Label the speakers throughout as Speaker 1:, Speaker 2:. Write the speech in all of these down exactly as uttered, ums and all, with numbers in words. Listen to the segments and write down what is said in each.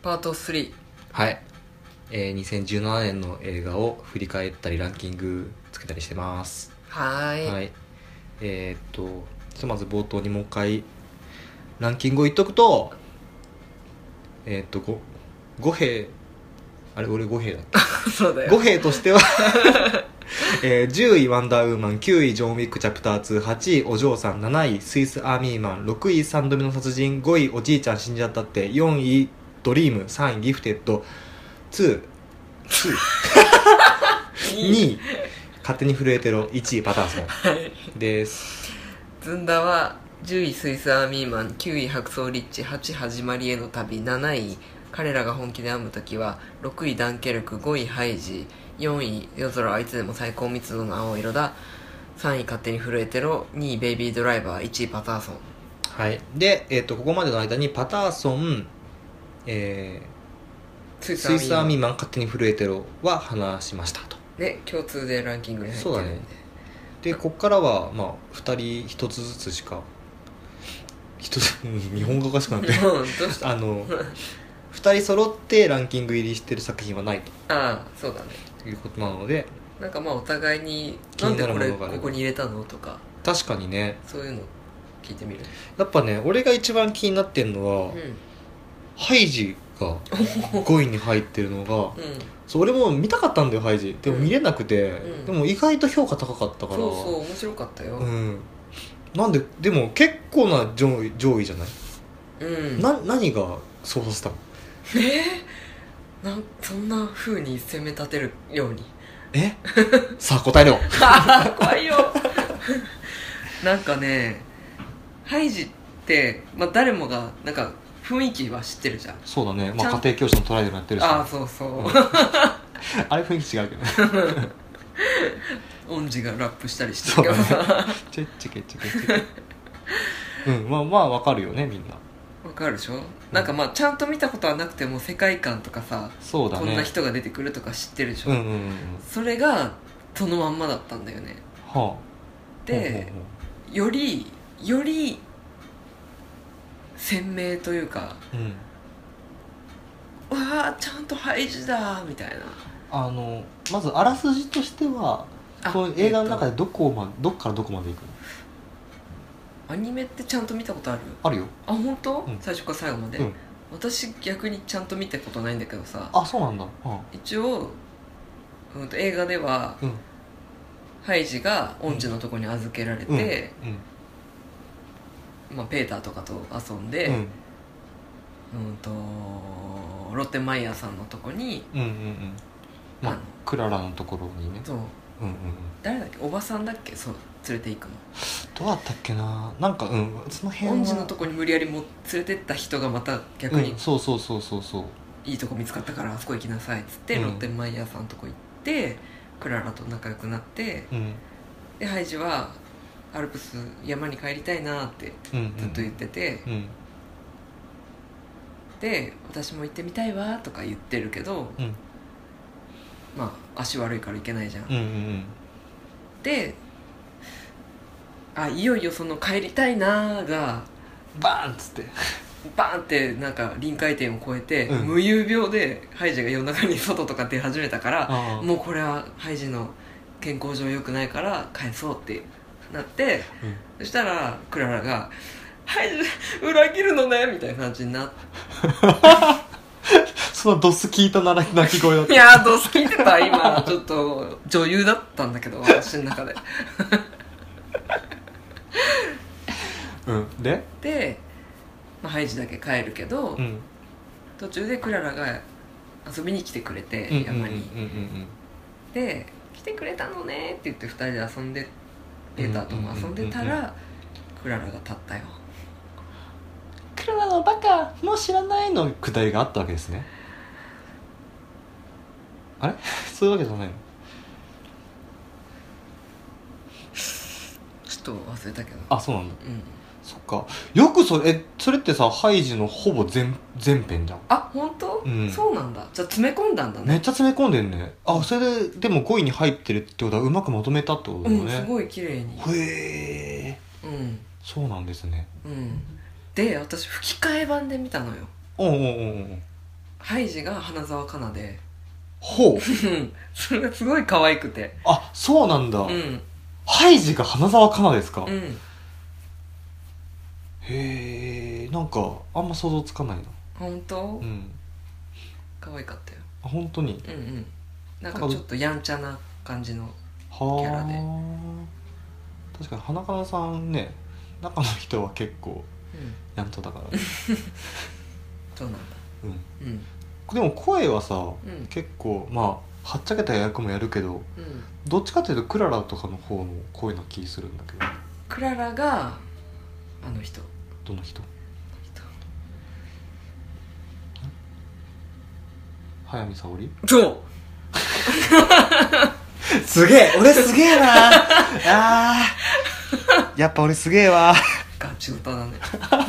Speaker 1: パートスリー。
Speaker 2: はい、えー、にせんじゅうななねんの映画を振り返ったりランキングつけたりしてます。
Speaker 1: はーい、
Speaker 2: はい、えー、っとちょっとまず冒頭にもう一回ランキングを言っとくと、えー、っと 5, 5兵あれ俺ご兵だっけ
Speaker 1: そうだよ。
Speaker 2: ご兵としては、えー、じゅういワンダーウーマン、きゅういジョンウィックチャプターツー、はちいお嬢さん、なないスイスアーミーマン、ろくいさんどめの殺人、ごいおじいちゃん死んじゃったって、よんいドリーム、さんいギフテッド、ツー にい勝手に震えてろ、いちいパターソン、はい、です。
Speaker 1: ずんだはじゅういスイスアーミーマン、きゅうい白装リッチ、はちい始まりへの旅、なない彼らが本気で編むときは、ろくいダンケルク、ごいハイジ、よんい夜空はいつでも最高密度の青色だ、さんい勝手に震えてろ、にいベイビードライバー、いちいパターソン。
Speaker 2: はい。で、えー、とここまでの間にパターソン、えー、スイスアーミーマン勝手に震えてろは話しましたと。
Speaker 1: で共通でランキングに入ってるんで。
Speaker 2: そうだね。でここからはまあふたりひとつずつしか一つ日本語がおかしくなってあのふたり揃ってランキング入りしてる作品はないと。
Speaker 1: ああそうだね。
Speaker 2: ということなので、
Speaker 1: なんかまあお互いになんでこれここに入れたのとか、
Speaker 2: 確かにね、
Speaker 1: そういうの聞いてみる。
Speaker 2: やっぱね、俺が一番気になってるのは、うん、ハイジがごいに入ってるのが、うん、そう俺も見たかったんだよハイジ。でも見れなくて、うん、でも意外と評価高かったから。
Speaker 1: そうそう面白かったよ、
Speaker 2: うん、なんででも結構な上位、上位じゃない、うん、な何がそうさせたの？
Speaker 1: えー、なんそんな風に攻め立てるように
Speaker 2: えさあ答えろ
Speaker 1: 怖いよなんかねハイジって、まあ、誰もがなんか雰囲気は知ってるじゃん。
Speaker 2: そうだね、まあ、家庭教師のトライでもやってるし、
Speaker 1: ああそうそう、うん、
Speaker 2: あれ雰囲気違うけどね
Speaker 1: 恩師がラップしたりしてるけどさ、ね、
Speaker 2: チェッチェケチェケチェケうんまあまあわかるよねみんな。
Speaker 1: わかるでしょ、うん、なんかまあちゃんと見たことはなくても世界観とかさ、
Speaker 2: そうだね、
Speaker 1: こんな人が出てくるとか知ってるでしょ、
Speaker 2: うんうんうん、
Speaker 1: それがそのまんまだったんだよね。はあ、で、ほうほうほう、よりより鮮明というか、うん、わあちゃんとハイジだみたいな。
Speaker 2: あのまずあらすじとしてはこの映画の中でどこま、えっと、どっからどこまで行くの？
Speaker 1: アニメってちゃんと見たことある？
Speaker 2: あるよ。
Speaker 1: あ本当？うん、最初から最後まで、うん、私逆にちゃんと見たことないんだけどさ。
Speaker 2: あそうなんだ、うん、
Speaker 1: 一応、うん、と映画では、うん、ハイジが恩師のとこに預けられて、うんうん、まあ、ペーターとかと遊んで、うん、うんとロッテンマイヤーさんのとこに、うんうんうん、
Speaker 2: まあ、クララのところにね。そう、
Speaker 1: うんうん、誰だっけ、おばさんだっけ、そう連れて行くの
Speaker 2: どうだったっけな、なんかうんその辺は
Speaker 1: 恩師のとこに無理やりも連れてった人がまた逆に、
Speaker 2: うん、そうそうそうそうそう
Speaker 1: いいとこ見つかったからあそこ行きなさいっつって、うん、ロッテンマイヤーさんのとこ行ってクララと仲良くなって、うん、でハイジはアルプス山に帰りたいなってずっと言ってて、うんうん、で私も行ってみたいわとか言ってるけど、うん、まあ足悪いから行けないじゃん、うんうんうん、であいよいよその帰りたいなが
Speaker 2: バーンっつって
Speaker 1: バーンってなんか臨界点を超えて、うん、無遊病でハイジが夜中に外とか出始めたから、もうこれはハイジの健康上良くないから返そうってなって、うん、そしたらクララがハイジ裏切るのねみたいな感じになって
Speaker 2: そのドス聞いた鳴き声だった。
Speaker 1: いやドス聞いてた。今ちょっと女優だったんだけど私の中で
Speaker 2: うん、で
Speaker 1: で、まあ、ハイジだけ帰るけど、うん、途中でクララが遊びに来てくれて、うん、山に、うんうんうん、で来てくれたのねって言ってふたりで遊んでペーターとも遊んでたら、うんうんうんうん、クララが立ったよ。
Speaker 2: クララのバカもう知らないのくだりがあったわけですね。あれそういうわけじゃないの？
Speaker 1: ちょっと忘れたけど。
Speaker 2: あそうなんだ、うん、そっか。よくそれえそれってさハイジのほぼ 全, 全編じゃん。
Speaker 1: あ本当、うん、そうなんだ。じゃあ詰め込んだんだね。
Speaker 2: めっちゃ詰め込んでるね。あそれででもごいに入ってるってことはうまくまとめたってことだよね。
Speaker 1: うんすごい綺麗に。
Speaker 2: へえ、うん、そうなんですね。
Speaker 1: うんで私吹き替え版で見たのよ。
Speaker 2: おうおうおうおう。
Speaker 1: ハイジが花澤香菜で、
Speaker 2: ほう
Speaker 1: それがすごい可愛くて。
Speaker 2: あ、そうなんだ、
Speaker 1: うん。
Speaker 2: ハイジが花澤香菜ですか、
Speaker 1: うん。
Speaker 2: へえ、なんかあんま想像つかないな。
Speaker 1: 本当？
Speaker 2: うん、
Speaker 1: 可愛かったよ。
Speaker 2: あ、本当に。
Speaker 1: うんうん。なんかちょっとやんちゃな感じのキャラで。
Speaker 2: はあ、確かに花香菜さんね、中の人は結構
Speaker 1: うん
Speaker 2: やんちゃだから
Speaker 1: そうなんだ。
Speaker 2: うん、
Speaker 1: うん
Speaker 2: でも声はさ、
Speaker 1: うん
Speaker 2: 結構まあはっちゃけた役もやるけど、
Speaker 1: うん
Speaker 2: どっちかっていうとクララとかの方の声な気するんだけど。
Speaker 1: クララがあの人
Speaker 2: どの人？早見沙織？
Speaker 1: そう
Speaker 2: すげえ、俺すげえなあーやっぱ俺すげえわ。
Speaker 1: ガチ歌だね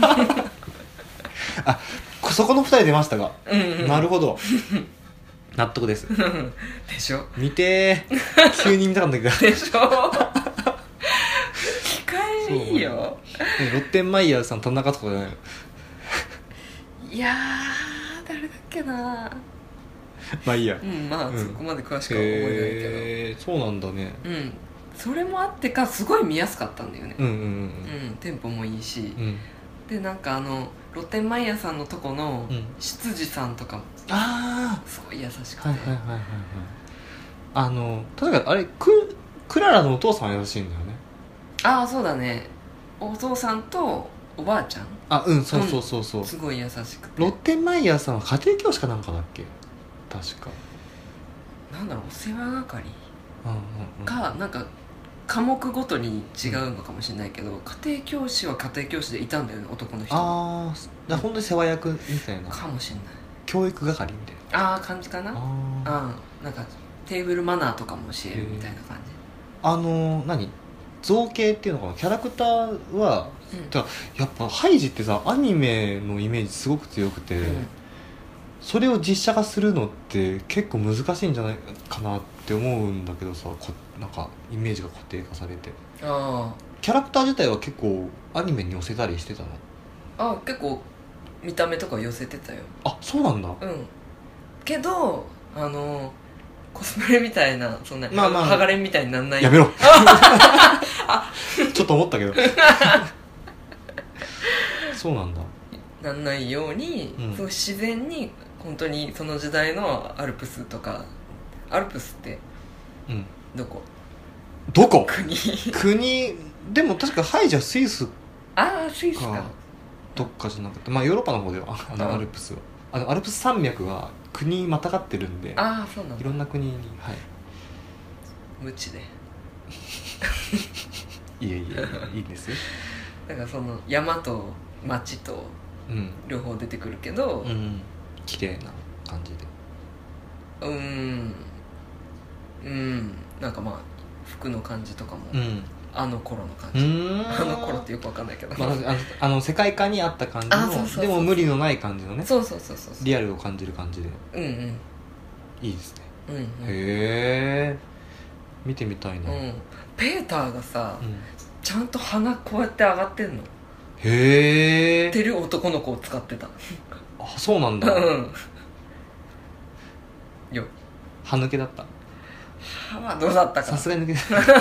Speaker 2: あ、そこのふたり出ましたが、
Speaker 1: うん、うん、
Speaker 2: なるほど納得です
Speaker 1: でしょ。
Speaker 2: 見てー急に見たかったけど
Speaker 1: でしょ控えいいよ。
Speaker 2: ね、ロッテンマイヤーさん田中とかじゃないの？
Speaker 1: いやー誰だっけな。
Speaker 2: まあいいや。
Speaker 1: うんまあ、
Speaker 2: うん、
Speaker 1: そこまで詳しくは覚えてないけど、
Speaker 2: へー、そうなんだね。
Speaker 1: うんそれもあってかすごい見やすかったんだよね。
Speaker 2: うんうんうん
Speaker 1: うんテンポもいいし、
Speaker 2: うん
Speaker 1: でなんかあのロッテンマイヤーさんのとこの
Speaker 2: うん
Speaker 1: 執事さんとかも
Speaker 2: あ
Speaker 1: すごい優しくて、
Speaker 2: あ、はいはいはいはいはい。あの確かあれククララのお父さんは優しいんだよね。
Speaker 1: ああそうだね。お父さんとおばあちゃん
Speaker 2: あ、うんそうそうそうそう、
Speaker 1: すごい優しくて、
Speaker 2: ロッテンマイヤーさんは家庭教師かなんかだっけ確か。
Speaker 1: なんだろうお世話係
Speaker 2: うんうんうん
Speaker 1: かなんか科目ごとに違うのかもしれないけど、家庭教師は家庭教師でいたんだよね男の人が。
Speaker 2: ああ、だから本当に世話役みたいな、
Speaker 1: かもしれない。
Speaker 2: 教育係みたいな。
Speaker 1: ああ感じかな。あ
Speaker 2: あ
Speaker 1: あなんかテーブルマナーとかも教えるみたいな感じ。
Speaker 2: あ、あのー、何造形っていうのかな、キャラクターは、
Speaker 1: うん
Speaker 2: てかやっぱハイジってさアニメのイメージすごく強くて、
Speaker 1: うん
Speaker 2: それを実写化するのって結構難しいんじゃないかなって思うんだけどさ、こなんかイメージが固定化されて、
Speaker 1: あ
Speaker 2: キャラクター自体は結構アニメに寄せたりしてたの？
Speaker 1: ああ結構見た目とか寄せてたよ。
Speaker 2: あ、そうなんだ。
Speaker 1: うんけどあのコスプレみたいなそんな、
Speaker 2: まあまあ
Speaker 1: ハガレンみたいになんない。
Speaker 2: やめろちょっと思ったけどそうなんだ。
Speaker 1: なんないように、
Speaker 2: うん
Speaker 1: すごい自然に本当にその時代のアルプスとか。アルプスって
Speaker 2: うん
Speaker 1: どこ？
Speaker 2: どこ？
Speaker 1: 国
Speaker 2: 国でも確かハイジはスイス
Speaker 1: ああスイスか
Speaker 2: かどっかじゃなくて、まあヨーロッパの方ではあの
Speaker 1: うん
Speaker 2: アルプスはあのアルプス山脈は国またがってるんで、
Speaker 1: ああそうなんだ。
Speaker 2: いろんな国に、はい
Speaker 1: 無知で
Speaker 2: いえいえいえいいんですよ。
Speaker 1: だからその山と町と
Speaker 2: うん
Speaker 1: 両方出てくるけど
Speaker 2: うん綺麗な感じで。
Speaker 1: うーんうんなんかまあ服の感じとかも、
Speaker 2: うん
Speaker 1: あの頃の感
Speaker 2: う
Speaker 1: じ、
Speaker 2: ーん
Speaker 1: あの頃ってよくわかんないけど、
Speaker 2: まあ、あのあの世界観に合った感じの
Speaker 1: あそうそうそう
Speaker 2: でも無理のない感じのね、
Speaker 1: そうそうそうそうそう
Speaker 2: リアルを感じる感じで
Speaker 1: うんうん
Speaker 2: いいですね。
Speaker 1: うんうん
Speaker 2: へえ見てみたいな、
Speaker 1: うんペーターがさ、
Speaker 2: うん
Speaker 1: ちゃんと鼻こうやって上がってんの
Speaker 2: へえ
Speaker 1: てる男の子を使ってた
Speaker 2: あ、そうなんだ
Speaker 1: うんよ
Speaker 2: 歯抜けだった
Speaker 1: 歯はどうだったか
Speaker 2: さすがに抜け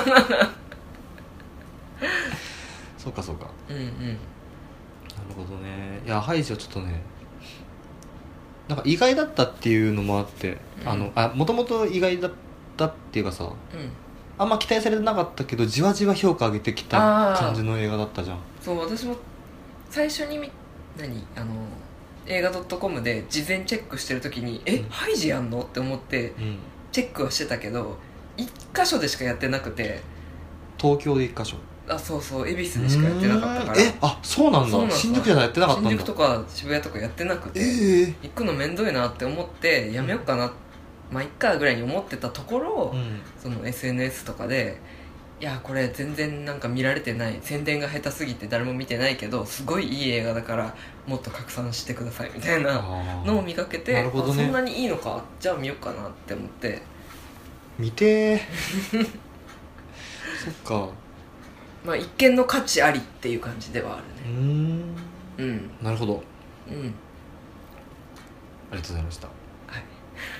Speaker 2: そうかそうか、
Speaker 1: うんうん
Speaker 2: なるほどね。いやハイジはちょっとねなんか意外だったっていうのもあって、
Speaker 1: うん
Speaker 2: あのあもともと意外だったっていうかさ、
Speaker 1: うん
Speaker 2: あんま期待されてなかったけどじわじわ評価上げてきた感じの映画だったじゃん。
Speaker 1: そう私も最初にみ何あの映画 .com で事前チェックしてる時にえ、
Speaker 2: うん
Speaker 1: ハイジやんのって思って
Speaker 2: うん
Speaker 1: チェックはしてたけど一箇所でしかやってなくて、
Speaker 2: 東京で一箇所
Speaker 1: あそうそう恵比寿でしかやってなかったから。
Speaker 2: えあそうなんだ
Speaker 1: そうなんだ
Speaker 2: 新宿じゃやってなかったんだ。
Speaker 1: 新宿とか渋谷とかやってなくて、
Speaker 2: ええ
Speaker 1: 行くのめんどいなって思ってやめようかな、まあいっかぐらいに思ってたところ、
Speaker 2: うん
Speaker 1: その エスエヌエス とかでいやこれ全然なんか見られてない、宣伝が下手すぎて誰も見てないけどすごいいい映画だからもっと拡散してくださいみたいな
Speaker 2: あー
Speaker 1: のを見かけて、
Speaker 2: なるほどね
Speaker 1: あそんなにいいのかじゃあ見ようかなって思って。
Speaker 2: 見てーそっか
Speaker 1: まあ一見の価値ありっていう感じではあ
Speaker 2: うー
Speaker 1: るね。
Speaker 2: ん
Speaker 1: うん
Speaker 2: なるほど。
Speaker 1: うん
Speaker 2: りがとうございました。
Speaker 1: はい。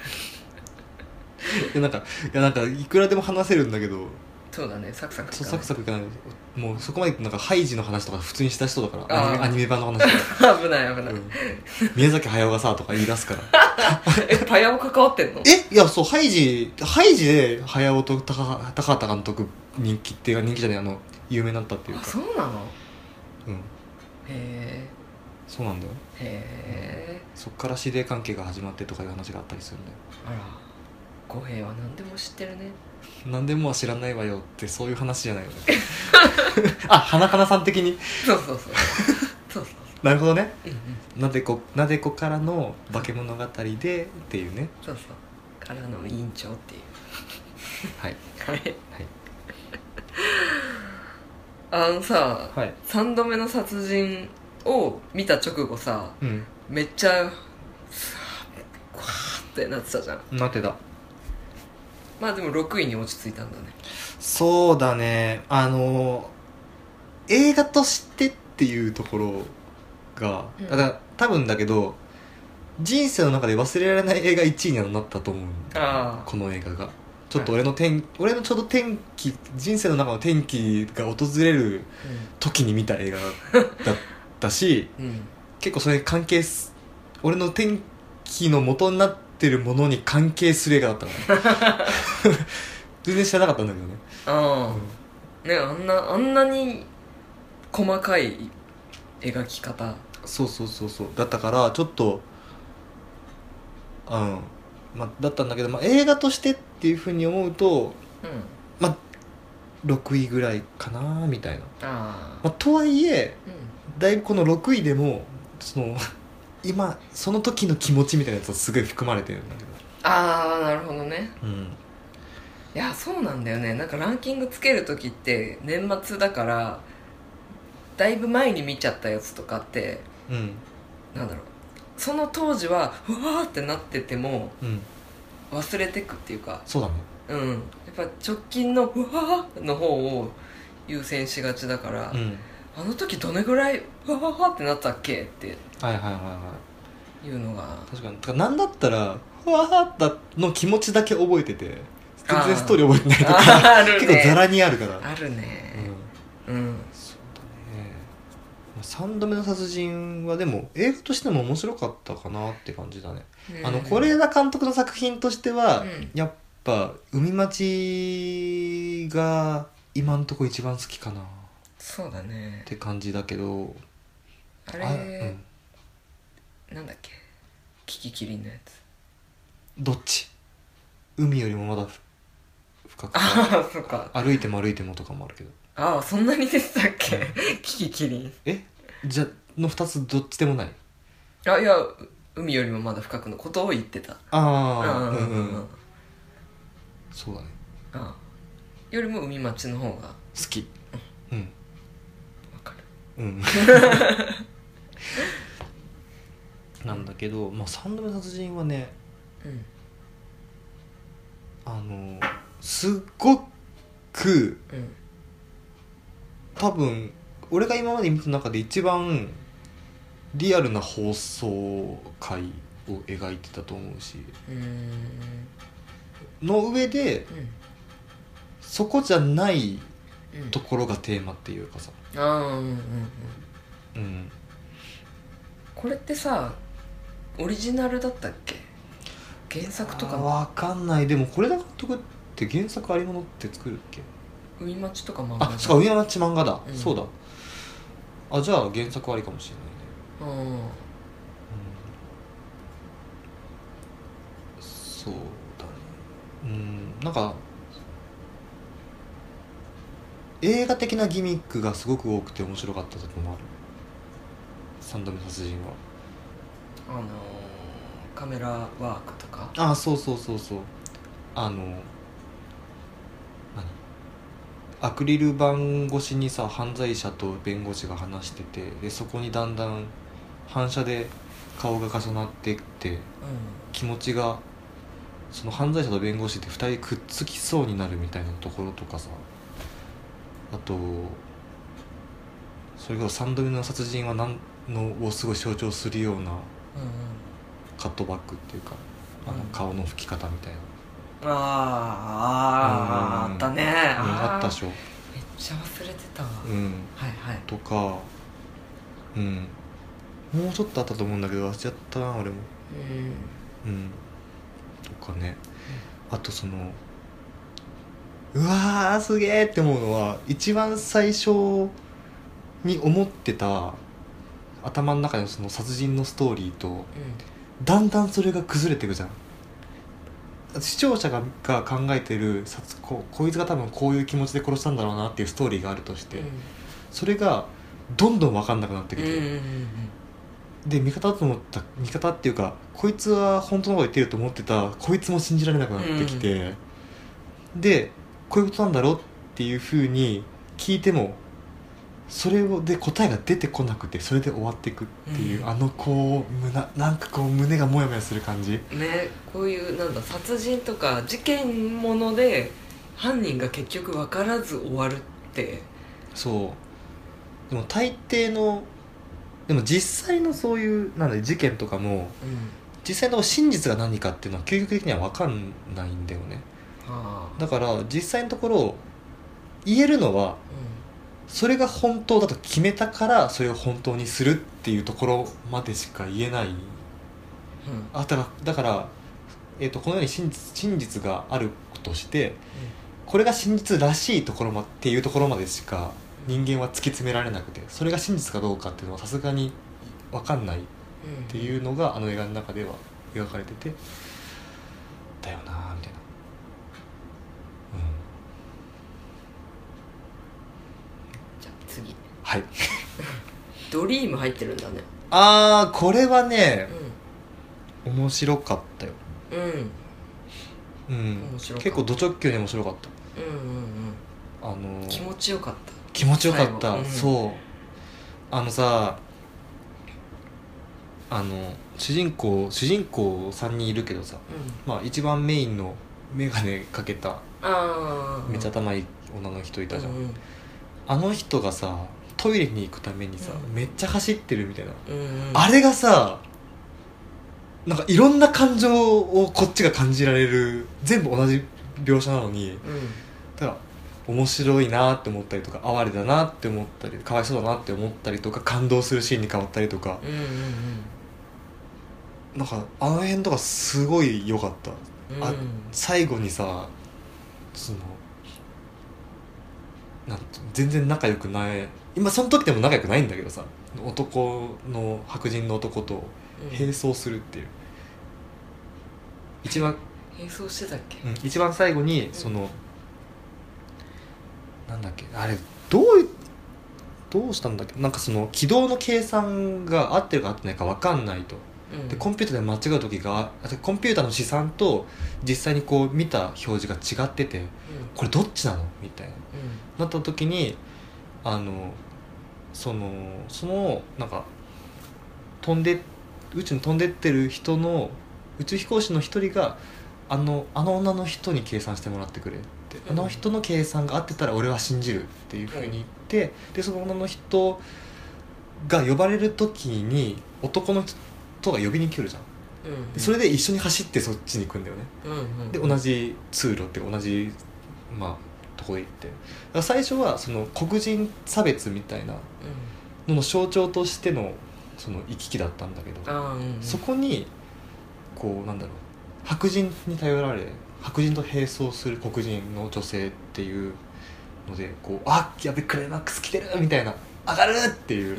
Speaker 2: いやなんかいやなんかいくらでも話せるんだけど、
Speaker 1: そうだね、サクサクいかない。
Speaker 2: サクサクいかない。もうそこまでなんかハイジの話とか普通にした人だから、
Speaker 1: あー
Speaker 2: アニメアニメ版の話とか
Speaker 1: 危ない危ない、
Speaker 2: うん、宮崎駿がさとか言い出すから
Speaker 1: え、パヤオ関わってんの？
Speaker 2: えいやそうハイジハイジで駿と高高畑監督人気っていうか人気じゃないあの有名になったっていう
Speaker 1: あ、
Speaker 2: か、
Speaker 1: そうなの？
Speaker 2: うん
Speaker 1: へえ
Speaker 2: そうなんだよ。
Speaker 1: へえ、
Speaker 2: そっから師弟関係が始まってとかいう話があったりするんだよ。
Speaker 1: あら、浩平は何でも知ってるね。
Speaker 2: 何でもは知らないわよってそういう話じゃないよねあ花かなさん的に
Speaker 1: そうそうそうそうそう
Speaker 2: なるほどね。
Speaker 1: うんうん、
Speaker 2: なでこなでこからの化け物語でっていうね。
Speaker 1: そうそうからの委員長っていう
Speaker 2: はい
Speaker 1: はい
Speaker 2: はい
Speaker 1: あのさ、
Speaker 2: はい
Speaker 1: さんどめの殺人を見た直後さ、
Speaker 2: うん
Speaker 1: めっちゃさーってなってたじゃん。
Speaker 2: なってた。
Speaker 1: まあでもろくいに落ち着いたんだね。
Speaker 2: そうだねあの映画としてっていうところが、
Speaker 1: うん
Speaker 2: だから多分だけど人生の中で忘れられない映画いちいにはなったと思う。
Speaker 1: ああ、
Speaker 2: この映画がちょっと俺の転、俺のちょうど転機人生の中の転機が訪れる時に見た映画だったし
Speaker 1: うんうん
Speaker 2: 結構それに関係す俺の転機の元になってるものに関係する映画だったから全然知らなかったんだけどね。
Speaker 1: ああ、ね、あんなあんなに細かい描き方。
Speaker 2: そうそうそうそうだったからちょっとうんまあだったんだけど、まあ、映画としてっていうふうに思うと
Speaker 1: うん、
Speaker 2: まあろくいぐらいかなみたいな、
Speaker 1: ああ、
Speaker 2: まあ、とはいえ
Speaker 1: うん、
Speaker 2: だいぶこのろくいでもその今その時の気持ちみたいなやつはすごい含まれてるんだけど。
Speaker 1: ああ、なるほどね。
Speaker 2: うん
Speaker 1: いや、そうなんだよね。なんかランキングつけるときって年末だからだいぶ前に見ちゃったやつとかって
Speaker 2: うん
Speaker 1: なんだろう、その当時はうわーってなってても
Speaker 2: うん
Speaker 1: 忘れてくっていうか、
Speaker 2: そうだね。
Speaker 1: うん、やっぱ直近のうわーの方を優先しがちだから、
Speaker 2: うん
Speaker 1: あの時どれぐらいうわーってなったっけって
Speaker 2: はいはいはいはい
Speaker 1: いうのが、
Speaker 2: 確かにだからなんだったらふわーったの気持ちだけ覚えてて全然ストーリー覚えてないと
Speaker 1: あー
Speaker 2: か
Speaker 1: あるね
Speaker 2: 結構ザラにあるから
Speaker 1: あるね。
Speaker 2: うん
Speaker 1: うん、
Speaker 2: そうだね。さんどめの殺人はでも映画としても面白かったかなって感じだね。あの是枝監督の作品としては、
Speaker 1: うん、
Speaker 2: やっぱ海町が今んとこ一番好きかなっ
Speaker 1: そうだね。
Speaker 2: て感じだけど
Speaker 1: あれ
Speaker 2: あ、うん、
Speaker 1: なんだっけ、キキキリンのやつ。
Speaker 2: どっち海よりもまだ深く
Speaker 1: ああ、そっか。
Speaker 2: 歩いても歩いてもとかもあるけど
Speaker 1: ああ、そんなに出てたっけキキキリン。
Speaker 2: えじゃのふたつどっちでもない。
Speaker 1: あ、いや、海よりもまだ深くのことを言ってた。
Speaker 2: ああ
Speaker 1: うんうんうん
Speaker 2: う
Speaker 1: うんん。
Speaker 2: そうだね
Speaker 1: ああ、よりも海町の方が
Speaker 2: 好きうん
Speaker 1: わかる。
Speaker 2: うんなんだけど、まあ、さんどめの殺人はね
Speaker 1: うん
Speaker 2: あのすっごく
Speaker 1: うん
Speaker 2: 多分俺が今まで見た中で一番リアルな放送回を描いてたと思うし
Speaker 1: うーん
Speaker 2: の上でそこじゃない
Speaker 1: うん
Speaker 2: ところがテーマっていうかさ、
Speaker 1: ああ、うんうんうん。
Speaker 2: うん、
Speaker 1: これってさ、オリジナルだったっけ、原作とかも。
Speaker 2: わかんない。でも是枝監督って原作ありものって作るっけ。
Speaker 1: 海町とか漫画
Speaker 2: あ、そうか、海町漫画だ、
Speaker 1: うん
Speaker 2: そうだ。あ、じゃあ原作ありかもしれないね。
Speaker 1: うん
Speaker 2: うん、そうだね。うん、なんか映画的なギミックがすごく多くて面白かった時もある。三度目の殺人は
Speaker 1: あのー、カメラワークとか。
Speaker 2: あ、そうそうそうそう。あの何アクリル板越しにさ犯罪者と弁護士が話してて、でそこにだんだん反射で顔が重なっていって
Speaker 1: う
Speaker 2: 気持ちがその犯罪者と弁護士ってふたりくっつきそうになるみたいなところとかさ、あとそれこそ三度目の殺人は何のをすごい象徴するような
Speaker 1: んうん
Speaker 2: カットバックっていうかあの
Speaker 1: うん
Speaker 2: 顔の拭き方みたいな、
Speaker 1: あーあーあったね、
Speaker 2: うん、
Speaker 1: あー
Speaker 2: あったでしょ、
Speaker 1: めっちゃ忘れてたわ、
Speaker 2: うん
Speaker 1: はいはい
Speaker 2: とか、うんもうちょっとあったと思うんだけど忘れちゃったな俺も、
Speaker 1: うん
Speaker 2: うんとかね、あとそのうわーすげーって思うのは一番最初に思ってた頭の中のその殺人のストーリーとだんだんそれが崩れていくじゃん。視聴者がが考えてる殺ここいつが多分こういう気持ちで殺したんだろうなっていうストーリーがあるとして、
Speaker 1: うん
Speaker 2: それがどんどん分かんなくなってきて、
Speaker 1: うんうんうん
Speaker 2: で味方だと思った味方っていうかこいつは本当のこと言ってると思ってたこいつも信じられなくなってきて、でこういうことなんだろうっていう風に聞いてもそれをで答えが出てこなくてそれで終わっていくっていう、
Speaker 1: うん
Speaker 2: あのこう胸なんかこう胸がモヤモヤする感じ。
Speaker 1: ね、こういうなんだ殺人とか事件もので犯人が結局分からず終わるって、
Speaker 2: そうでも大抵のでも実際のそういうなんだ事件とかも
Speaker 1: うん
Speaker 2: 実際の真実が何かっていうのは究極的には分かんないんだよね。
Speaker 1: はあ
Speaker 2: だから実際のところ言えるのはそれが本当だと決めたからそれを本当にするっていうところまでしか言えない。
Speaker 1: うんうん
Speaker 2: あだからだから、えー、とこのように真実、真実があるとしてこれが真実らしいところまっていうところまでしか人間は突き詰められなくて、それが真実かどうかっていうのはさすがに分かんないっていうのがあの映画の中では描かれててだよなみたいな、うん、
Speaker 1: じゃあ次
Speaker 2: はい
Speaker 1: ドリーム入ってるんだね。
Speaker 2: あーこれはね
Speaker 1: う
Speaker 2: 面白かったよ、
Speaker 1: んうん
Speaker 2: うん
Speaker 1: 面白かった
Speaker 2: 結構ド直球に面白かった
Speaker 1: うんうんうん
Speaker 2: あのー
Speaker 1: 気持ちよかった
Speaker 2: 気持ちよかった、
Speaker 1: 最後うん
Speaker 2: そうあのさあの主人公主人公さんにんいるけどさ、
Speaker 1: うん
Speaker 2: まあ一番メインの眼鏡かけた
Speaker 1: ああ
Speaker 2: めっちゃ頭いい女の人いたじゃん、
Speaker 1: うん
Speaker 2: あの人がさトイレに行くためにさ、
Speaker 1: うん
Speaker 2: めっちゃ走ってるみたいな、
Speaker 1: うんうん
Speaker 2: あれがさなんかいろんな感情をこっちが感じられる全部同じ描写なのに
Speaker 1: うん
Speaker 2: だから面白いなって思ったりとか哀れだなって思ったりかわいそうだなって思ったりとか感動するシーンに変わったりとか
Speaker 1: うんうん
Speaker 2: なんかあの辺とかすごい良かった、
Speaker 1: うん
Speaker 2: あ最後にさそのなんと全然仲良くない今その時でも仲良くないんだけどさ男の白人の男と
Speaker 1: うん
Speaker 2: 並走するっていう、一番、
Speaker 1: 並走してたっけ
Speaker 2: うん、一番最後にその、なんだっけあれどういどうしたんだっけなんかその軌道の計算が合ってるか合ってないか分かんないと、
Speaker 1: うん
Speaker 2: でコンピューターで間違う時がコンピューターの試算と実際にこう見た表示が違ってて
Speaker 1: うん
Speaker 2: これどっちなのみたいな
Speaker 1: うん
Speaker 2: なった時にあのそのそのなんか飛んで宇宙に飛んでってる人の宇宙飛行士の一人があのあの女の人に計算してもらってくれって、
Speaker 1: うん
Speaker 2: あの人の計算が合ってたら俺は信じるっていうふうに言って、でその女の人が呼ばれる時に男の人が呼びに来るじゃん、
Speaker 1: うん
Speaker 2: でそれで一緒に走ってそっちに行くんだよね、
Speaker 1: うんうん
Speaker 2: で同じ通路っていうか同じまあとこへ行ってだから最初はその黒人差別みたいなのの象徴としてのその行き来だったんだけど、
Speaker 1: ああうん
Speaker 2: そこにこうなんだろう白人に頼られ白人と並走する黒人の女性っていうのでこうあやべクライマックス来てるみたいな上がるっていう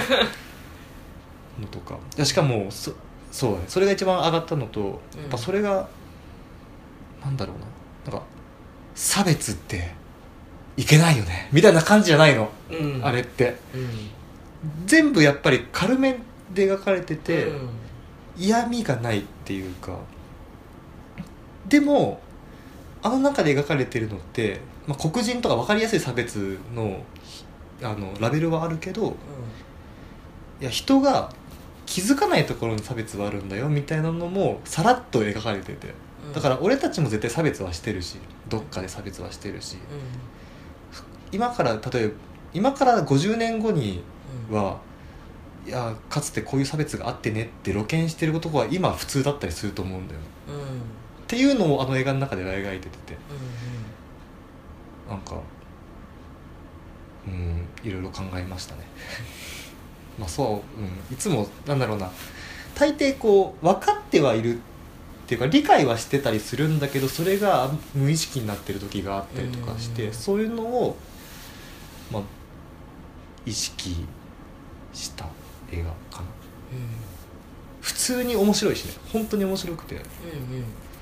Speaker 2: のとかいやしかもそそうだねそれが一番上がったのと、
Speaker 1: うん
Speaker 2: やっぱそれがなんだろうななんか差別っていけないよねみたいな感じじゃないの、
Speaker 1: うん
Speaker 2: あれって
Speaker 1: うん
Speaker 2: 全部やっぱり軽めで描かれてて、
Speaker 1: うん
Speaker 2: 嫌味がないっていうかでもあの中で描かれてるのって、まあ、黒人とか分かりやすい差別のあのラベルはあるけどいや人が気づかないところに差別はあるんだよみたいなのもさらっと描かれてて
Speaker 1: うん
Speaker 2: だから俺たちも絶対差別はしてるしどっかで差別はしてるし今から例えば今からごじゅうねんごに
Speaker 1: うん
Speaker 2: はいやかつてこういう差別があってねって露見してることは今普通だったりすると思うんだよ、
Speaker 1: うん、
Speaker 2: っていうのをあの映画の中では描いてて、
Speaker 1: うん、
Speaker 2: なんかうんいろいろ考えましたねまあそう、うん、いつもなんだろうな大抵こう分かってはいるっていうか理解はしてたりするんだけどそれが無意識になってる時があったりとかして、
Speaker 1: うん、
Speaker 2: そういうのを、まあ、意識した映画かな、うん、普通に面白いしね本当に面白くて、うんうん、うん、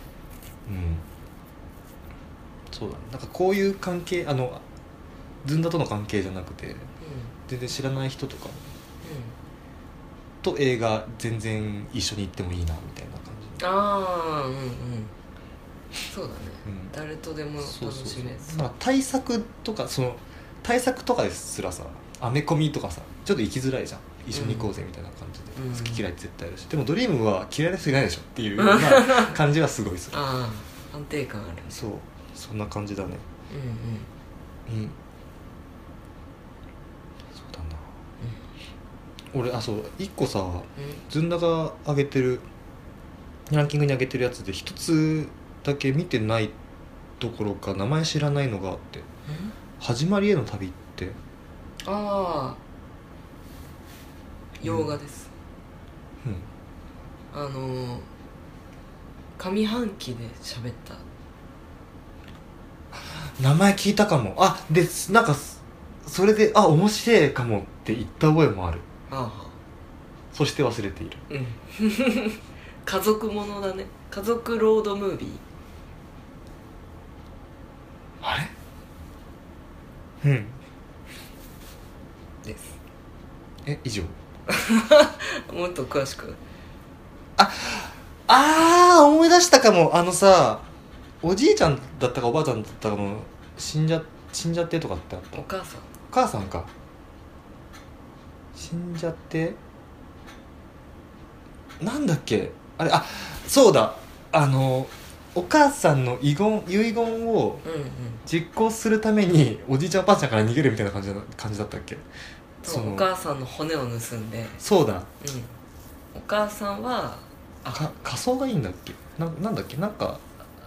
Speaker 2: そうだねなんかこういう関係あのずんだとの関係じゃなくて、うん、全然知らない人とかも、うん、と映画全然一緒に行ってもいいなみたいな感じ。
Speaker 1: ああうんうんそうだね、うん、誰とでも楽しめる。そうそうそう
Speaker 2: なんか対策とかその対策とかですらさアメコミとかさちょっと行きづらいじゃん一緒に行こうぜみたいな感じで、うん、好き嫌いって絶対あるしでもドリームは嫌いな人いないでしょっていうような感じはすごいする
Speaker 1: ああ安定感ある
Speaker 2: そうそんな感じだねうんうんうんそうだな、うん、俺あそう一個さ、うん、ずんだが上げてるランキングに上げてるやつで一つだけ見てないどころか名前知らないのがあって始まりへの旅って
Speaker 1: ああ洋画です、うんうん、あの上半期で喋った
Speaker 2: 名前聞いたかもあでなんかそれであ面白いかもって言った覚えもあるああそして忘れている、うん、
Speaker 1: 家族ものだね家族ロードムービー
Speaker 2: あれうん
Speaker 1: です
Speaker 2: え以上
Speaker 1: もっと詳しく
Speaker 2: ああー思い出したかもあのさおじいちゃんだったかおばあちゃんだったかの死んじゃ死んじゃってとかってあった
Speaker 1: お母さんお
Speaker 2: 母さんか死んじゃってなんだっけあれあそうだあのお母さんの遺言遺言を実行するためにおじいちゃんおばあちゃんから逃げるみたいな感じだ感じだったっけ
Speaker 1: そのお母さんの骨を盗んで
Speaker 2: そうだ、うん、
Speaker 1: お母さんは
Speaker 2: あか仮装がいいんだっけ な, なんだっけなんか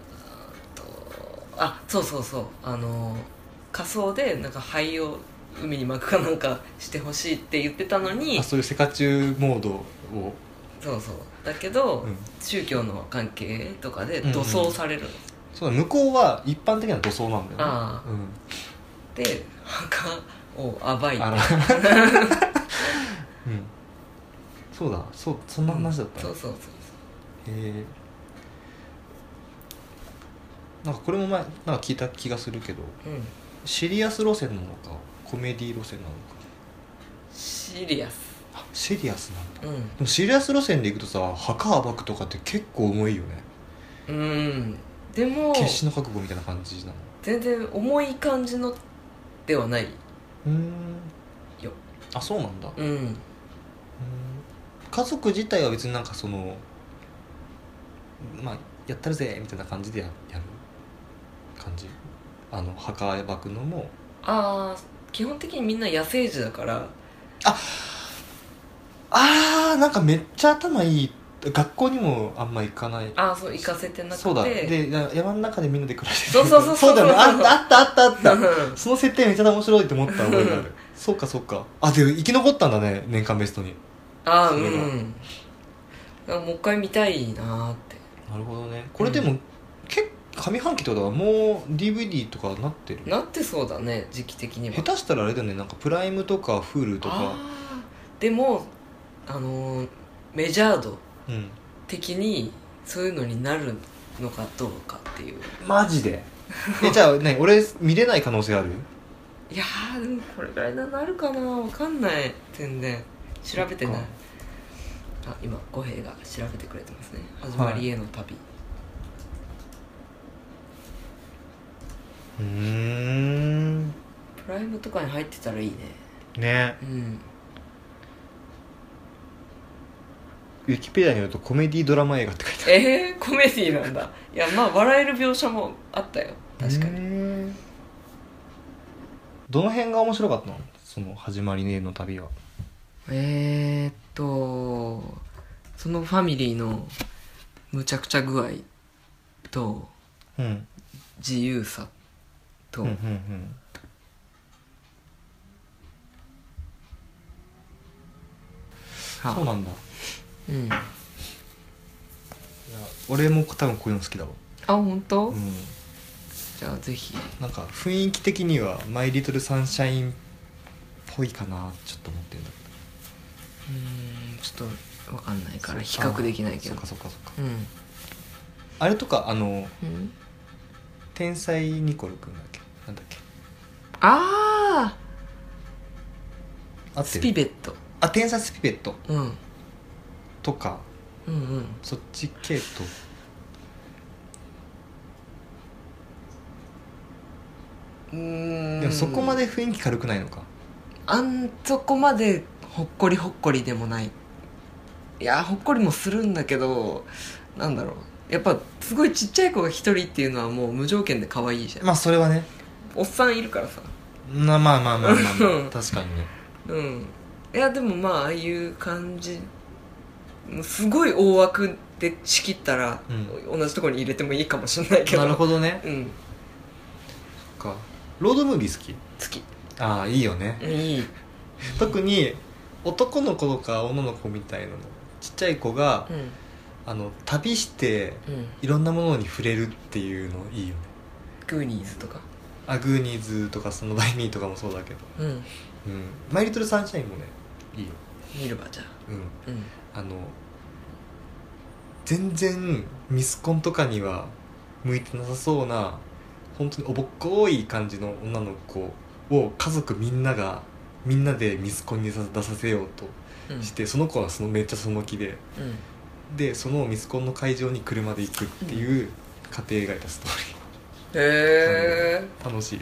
Speaker 1: あそうそうそうあの仮装でなんか灰を海に巻くかなんかしてほしいって言ってたのに
Speaker 2: あそういうセカチュウモードを
Speaker 1: そうそうだけど、うん、宗教の関係とかで土葬される、うんうん、
Speaker 2: そうだ向こうは一般的な土葬なんだよねあ、
Speaker 1: うん、で墓を暴いて
Speaker 2: うん、そうだそうそんな話だった、ね
Speaker 1: うん、そうそうそう
Speaker 2: そうへえなんかこれも前なんか聞いた気がするけど、うん、シリアス路線なのかコメディ路線なのか
Speaker 1: シリアス
Speaker 2: あシリアスなんだ、うん、でもシリアス路線で行くとさ墓暴くとかって結構重いよね
Speaker 1: うんでも
Speaker 2: 決死の覚悟みたいな感じなの
Speaker 1: 全然重い感じのではない
Speaker 2: うん
Speaker 1: よ
Speaker 2: あそうなんだ
Speaker 1: うん、うん、
Speaker 2: 家族自体は別になんかそのまあやったるぜみたいな感じで や, やる感じあの墓暴くのも
Speaker 1: ああ基本的にみんな野生児だから
Speaker 2: ああーなんかめっちゃ頭いい学校にもあんま行かない
Speaker 1: ああそう行かせてなくて
Speaker 2: そうだで山の中でみんなで暮らして
Speaker 1: そうそうそう
Speaker 2: そうだよねあったあったあったあったその設定めっちゃ面白いと思った覚えがあるそうかそうかあで生き残ったんだね年間ベストに
Speaker 1: ああうんもう一回見たいなって
Speaker 2: なるほどねこれでも、うん、結構上半期ってことはもう ディーブイディー とかなってる
Speaker 1: なってそうだね時期的には
Speaker 2: 下手したらあれだよねなんかプライムとか Hulu とかあ
Speaker 1: でもあのー、メジャード的にそういうのになるのかどうかっていう
Speaker 2: マジでえじゃあね俺見れない可能性ある
Speaker 1: いやーでもこれぐらいになるかな分かんない全然調べてないあ今五平が調べてくれてますね始まりへの旅、はい、
Speaker 2: うーん
Speaker 1: プライムとかに入ってたらいいね
Speaker 2: ね
Speaker 1: うん
Speaker 2: ウィキペディアによるとコメディドラマ映画って書いてある
Speaker 1: えー、コメディなんだいやまあ笑える描写もあったよ確かに
Speaker 2: どの辺が面白かったのその始まりへの旅は
Speaker 1: えー、っとそのファミリーのむちゃくちゃ具合と
Speaker 2: うん
Speaker 1: 自由さと、
Speaker 2: うんうんうん
Speaker 1: は
Speaker 2: そうなんだ。
Speaker 1: うん、
Speaker 2: いや俺も多分こういうの好きだわ。
Speaker 1: あ本当、
Speaker 2: うん
Speaker 1: じゃあぜひ。
Speaker 2: なんか雰囲気的にはマイリトルサンシャインっぽいかなちょっと思ってるんだけど。
Speaker 1: うーんちょっと分かんないから比
Speaker 2: そう
Speaker 1: 較できないけど。
Speaker 2: あそっかそっかそっか。
Speaker 1: うん
Speaker 2: あれとかあの
Speaker 1: うん
Speaker 2: 天才ニコルくんだっけなんだっけ
Speaker 1: ああ
Speaker 2: 合ってる
Speaker 1: スピベット。
Speaker 2: あ天才スピペット
Speaker 1: うん
Speaker 2: とか
Speaker 1: うんうん
Speaker 2: そっち系統
Speaker 1: うーん
Speaker 2: でもそこまで雰囲気軽くないのか。
Speaker 1: あんそこまでほっこりほっこりでもない。いやほっこりもするんだけどなんだろうやっぱすごいちっちゃい子が一人っていうのはもう無条件で可愛いじゃん。
Speaker 2: まあそれはね
Speaker 1: おっさんいるからさ。
Speaker 2: なまあまあまあまあ、ま
Speaker 1: うん
Speaker 2: あ、確かにね。
Speaker 1: うんいやでもまあああいう感じもうすごい大枠で仕切ったら、
Speaker 2: う
Speaker 1: 同じところに入れてもいいかもしれないけど。
Speaker 2: なるほどね。
Speaker 1: うん
Speaker 2: かロードムービー好き。
Speaker 1: 好き。
Speaker 2: ああいいよね。
Speaker 1: いい。
Speaker 2: 特に男の子とか女の子みたいなのちっちゃい子が、
Speaker 1: うん
Speaker 2: あの旅して
Speaker 1: うん
Speaker 2: いろんなものに触れるっていうのいいよね。
Speaker 1: グーニーズとか。
Speaker 2: アグーニーズとかそのバイミーとかもそうだけど、
Speaker 1: うん
Speaker 2: うん、マイリトルサンシャインもねいいよ。
Speaker 1: 見るわじゃあ。
Speaker 2: うん
Speaker 1: うん
Speaker 2: あの全然ミスコンとかには向いてなさそうな本当におぼっこい感じの女の子を家族みんながみんなでミスコンにさ出させようと
Speaker 1: うん
Speaker 2: して、その子はそのめっちゃその気で
Speaker 1: うん
Speaker 2: でそのミスコンの会場に車で行くっていう過程描いたストーリー、
Speaker 1: へえ
Speaker 2: 楽し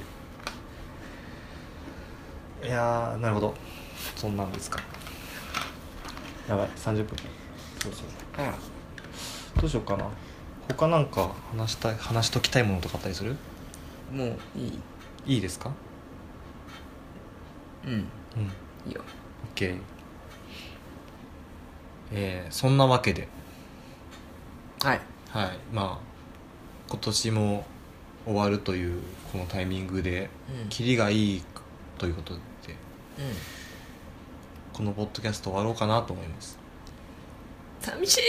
Speaker 2: い。いやーなるほどそんなんですか。やばいさんじゅっぷん。そうそう
Speaker 1: あら
Speaker 2: どうしようかな。他なんか話したい話しときたいものとかあったりする？
Speaker 1: もういい。
Speaker 2: いいですか？
Speaker 1: うん
Speaker 2: うん
Speaker 1: いいよ。
Speaker 2: OK。 えー、そんなわけで
Speaker 1: はい
Speaker 2: はいまあ今年も終わるというこのタイミングで
Speaker 1: うん
Speaker 2: キリがいいということで
Speaker 1: うん
Speaker 2: このポッドキャスト終わろうかなと思います。
Speaker 1: 寂しい。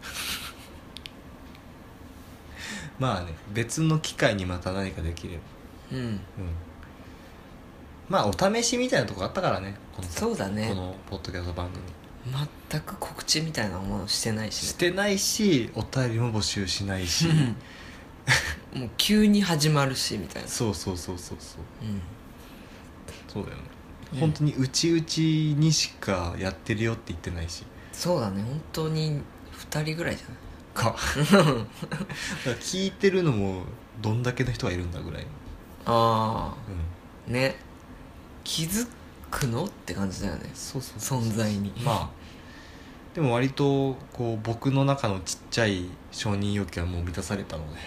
Speaker 2: まあね別の機会にまた何かできれば
Speaker 1: うん
Speaker 2: うんまあお試しみたいなとこあったからねこの
Speaker 1: そうだね。
Speaker 2: このポッドキャスト番組
Speaker 1: 全く告知みたいなものしてないしね。
Speaker 2: してないしお便りも募集しないし
Speaker 1: うんもう急に始まるしみたいな。
Speaker 2: そうそうそうそうそう
Speaker 1: うん
Speaker 2: そうだよね、
Speaker 1: うん
Speaker 2: 本当にうちうちにしかやってるよって言ってないし
Speaker 1: そうだね本当にふたりぐらいじゃない
Speaker 2: かだから聞いてるのもどんだけの人がいるんだぐらいの、
Speaker 1: あ
Speaker 2: うん、
Speaker 1: あね気づくのって感じだよね
Speaker 2: そうそうそう
Speaker 1: 存在に。
Speaker 2: まあでも割とこう僕の中のちっちゃい承認欲求はもう満たされたので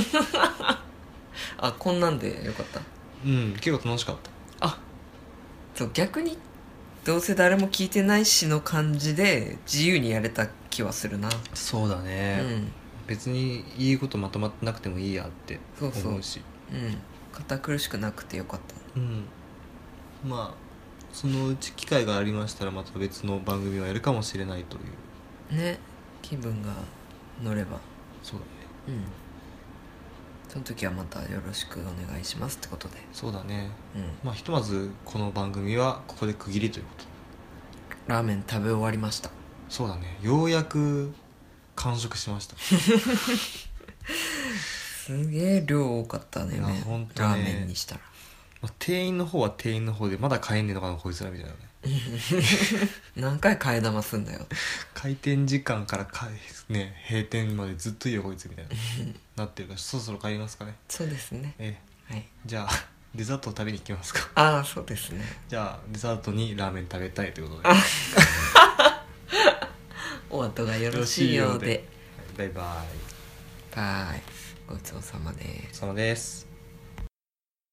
Speaker 1: あこんなんでよかった。
Speaker 2: うん結構楽しかった。
Speaker 1: あそう逆にどうせ誰も聞いてないしの感じで自由にやれた気はするな。
Speaker 2: そうだ
Speaker 1: う
Speaker 2: ね、
Speaker 1: ん
Speaker 2: 別にいいことまとまってなくてもいいやって
Speaker 1: そうそう
Speaker 2: 思うし
Speaker 1: うん堅苦しくなくてよかった。
Speaker 2: うんまあそのうち機会がありましたらまた別の番組をやるかもしれないという
Speaker 1: ね気分が乗れば
Speaker 2: そうだね
Speaker 1: うんその時はまたよろしくお願いしますってことで。
Speaker 2: そうだね
Speaker 1: うん
Speaker 2: まあひとまずこの番組はここで区切りということ。
Speaker 1: ラーメン食べ終わりました。
Speaker 2: そうだねようやく完食しました
Speaker 1: すげえ量多かったね
Speaker 2: いや
Speaker 1: 麺
Speaker 2: ほんとね
Speaker 1: ラーメンにしたら。
Speaker 2: まあ店員の方は店員の方でまだ買えんねえのかなこいつらみたいなね
Speaker 1: 何回替え玉すんだよ。
Speaker 2: 開店時間からかね閉店までずっといいよこいつみたいななってるからそろそろ帰りますかね。
Speaker 1: そうですね
Speaker 2: ええ
Speaker 1: はい
Speaker 2: じゃあデザートを食べに行きますか
Speaker 1: ああそうですね。
Speaker 2: じゃあデザートにラーメン食べたいということで
Speaker 1: お後がよろしいようで。
Speaker 2: バイバイ
Speaker 1: バイごちそうさまです。
Speaker 2: お疲れ様です。